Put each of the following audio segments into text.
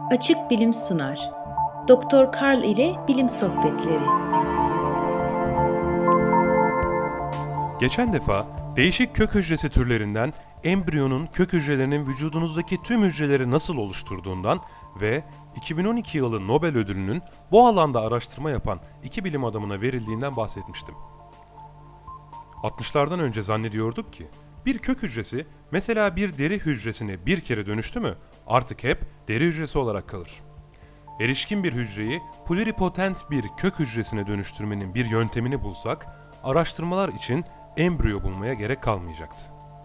Açık Bilim sunar. Doktor Karl ile Bilim Sohbetleri. Geçen defa değişik kök hücresi türlerinden embriyonun kök hücrelerinin vücudunuzdaki tüm hücreleri nasıl oluşturduğundan ve 2012 yılı Nobel ödülünün bu alanda araştırma yapan iki bilim adamına verildiğinden bahsetmiştim. 60'lardan önce zannediyorduk ki bir kök hücresi mesela bir deri hücresine bir kere dönüştü mü artık hep deri hücresi olarak kalır. Erişkin bir hücreyi pluripotent bir kök hücresine dönüştürmenin bir yöntemini bulsak araştırmalar için embriyo bulmaya gerek kalmayacaktı.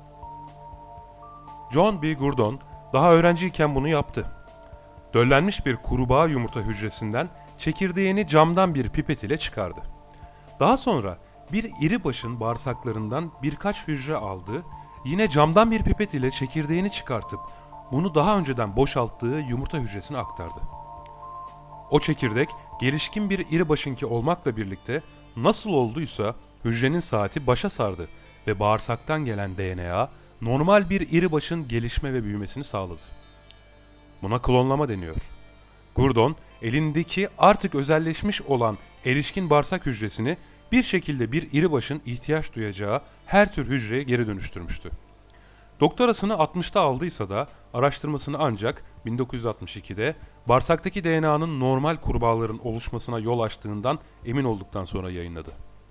John B. Gurdon daha öğrenciyken bunu yaptı. Döllenmiş bir kurbağa yumurta hücresinden çekirdeğini camdan bir pipet ile çıkardı. Daha sonra bir iri başın bağırsaklarından birkaç hücre aldı, yine camdan bir pipet ile çekirdeğini çıkartıp bunu daha önceden boşalttığı yumurta hücresine aktardı. O çekirdek gelişkin bir iri başınki olmakla birlikte nasıl olduysa hücrenin saati başa sardı ve bağırsaktan gelen DNA normal bir iri başın gelişme ve büyümesini sağladı. Buna klonlama deniyor. Gurdon elindeki artık özelleşmiş olan erişkin bağırsak hücresini bir şekilde bir iri başın ihtiyaç duyacağı her tür hücreye geri dönüştürmüştü. Doktorasını 60'ta aldıysa da araştırmasını ancak 1962'de bağırsaktaki DNA'nın normal kurbağaların oluşmasına yol açtığından emin olduktan sonra yayınladı.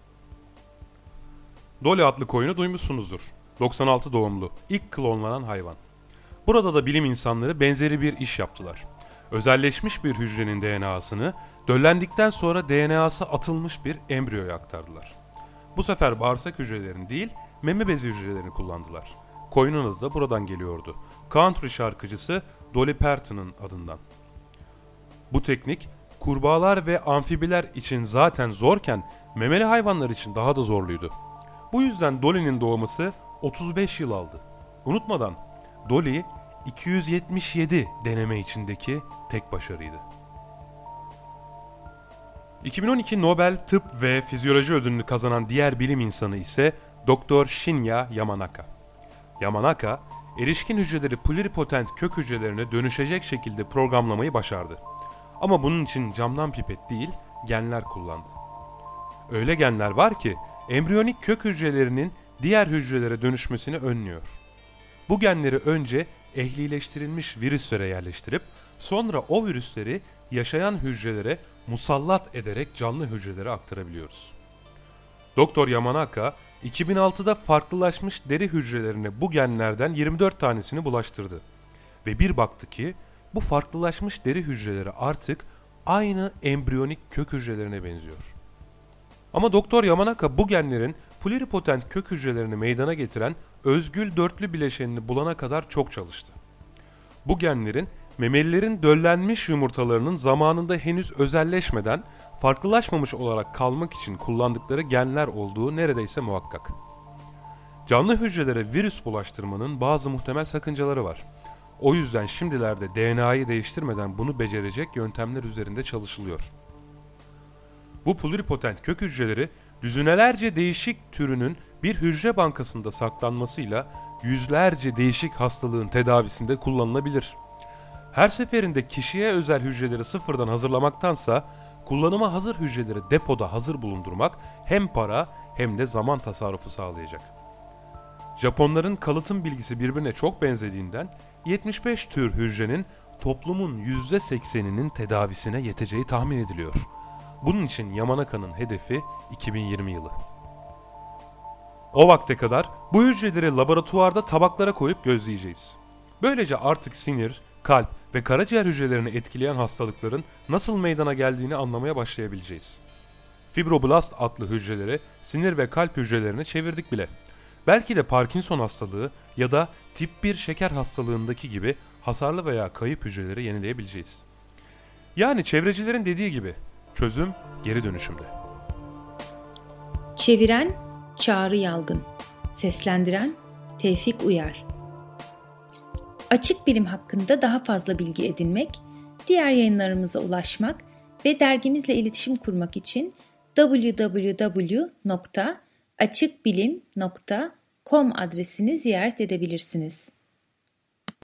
Dolly adlı koyunu duymuşsunuzdur. 96 doğumlu, ilk klonlanan hayvan. Burada da bilim insanları benzeri bir iş yaptılar. Özelleşmiş bir hücrenin DNA'sını döllendikten sonra DNA'sı atılmış bir embriyoya aktardılar. Bu sefer bağırsak hücrelerini değil, meme bezi hücrelerini kullandılar. Koyunun adı da buradan geliyordu. Country şarkıcısı Dolly Parton'ın adından. Bu teknik kurbağalar ve amfibiler için zaten zorken memeli hayvanlar için daha da zorluydu. Bu yüzden Dolly'nin doğması 35 yıl aldı. Unutmadan Dolly 277 deneme içindeki tek başarıydı. 2012 Nobel Tıp ve Fizyoloji ödülünü kazanan diğer bilim insanı ise Dr. Shinya Yamanaka. Yamanaka, erişkin hücreleri pluripotent kök hücrelerine dönüşecek şekilde programlamayı başardı. Ama bunun için camdan pipet değil, genler kullandı. Öyle genler var ki embriyonik kök hücrelerinin diğer hücrelere dönüşmesini önlüyor. Bu genleri önce ehlileştirilmiş virüslere yerleştirip sonra o virüsleri yaşayan hücrelere musallat ederek canlı hücrelere aktarabiliyoruz. Doktor Yamanaka 2006'da farklılaşmış deri hücrelerine bu genlerden 24 tanesini bulaştırdı. Ve bir baktı ki bu farklılaşmış deri hücreleri artık aynı embriyonik kök hücrelerine benziyor. Ama Doktor Yamanaka bu genlerin pluripotent kök hücrelerini meydana getiren özgül dörtlü bileşenini bulana kadar çok çalıştı. Bu genlerin memelilerin döllenmiş yumurtalarının zamanında henüz özelleşmeden farklılaşmamış olarak kalmak için kullandıkları genler olduğu neredeyse muhakkak. Canlı hücrelere virüs bulaştırmanın bazı muhtemel sakıncaları var. O yüzden şimdilerde DNA'yı değiştirmeden bunu becerecek yöntemler üzerinde çalışılıyor. Bu pluripotent kök hücreleri düzinelerce değişik türünün bir hücre bankasında saklanmasıyla yüzlerce değişik hastalığın tedavisinde kullanılabilir. Her seferinde kişiye özel hücreleri sıfırdan hazırlamaktansa kullanıma hazır hücreleri depoda hazır bulundurmak hem para hem de zaman tasarrufu sağlayacak. Japonların kalıtım bilgisi birbirine çok benzediğinden 75 tür hücrenin toplumun %80'inin tedavisine yeteceği tahmin ediliyor. Bunun için Yamanaka'nın hedefi 2020 yılı. O vakte kadar bu hücreleri laboratuvarda tabaklara koyup gözleyeceğiz. Böylece artık sinir, kalp ve karaciğer hücrelerini etkileyen hastalıkların nasıl meydana geldiğini anlamaya başlayabileceğiz. Fibroblast adlı hücreleri sinir ve kalp hücrelerine çevirdik bile. Belki de Parkinson hastalığı ya da tip 1 şeker hastalığındaki gibi hasarlı veya kayıp hücreleri yenileyebileceğiz. Yani çevrecilerin dediği gibi çözüm geri dönüşümde. Çeviren Çağrı Yalgın. Seslendiren Tevfik Uyar. Açık Bilim hakkında daha fazla bilgi edinmek, diğer yayınlarımıza ulaşmak ve dergimizle iletişim kurmak için www.açıkbilim.com adresini ziyaret edebilirsiniz.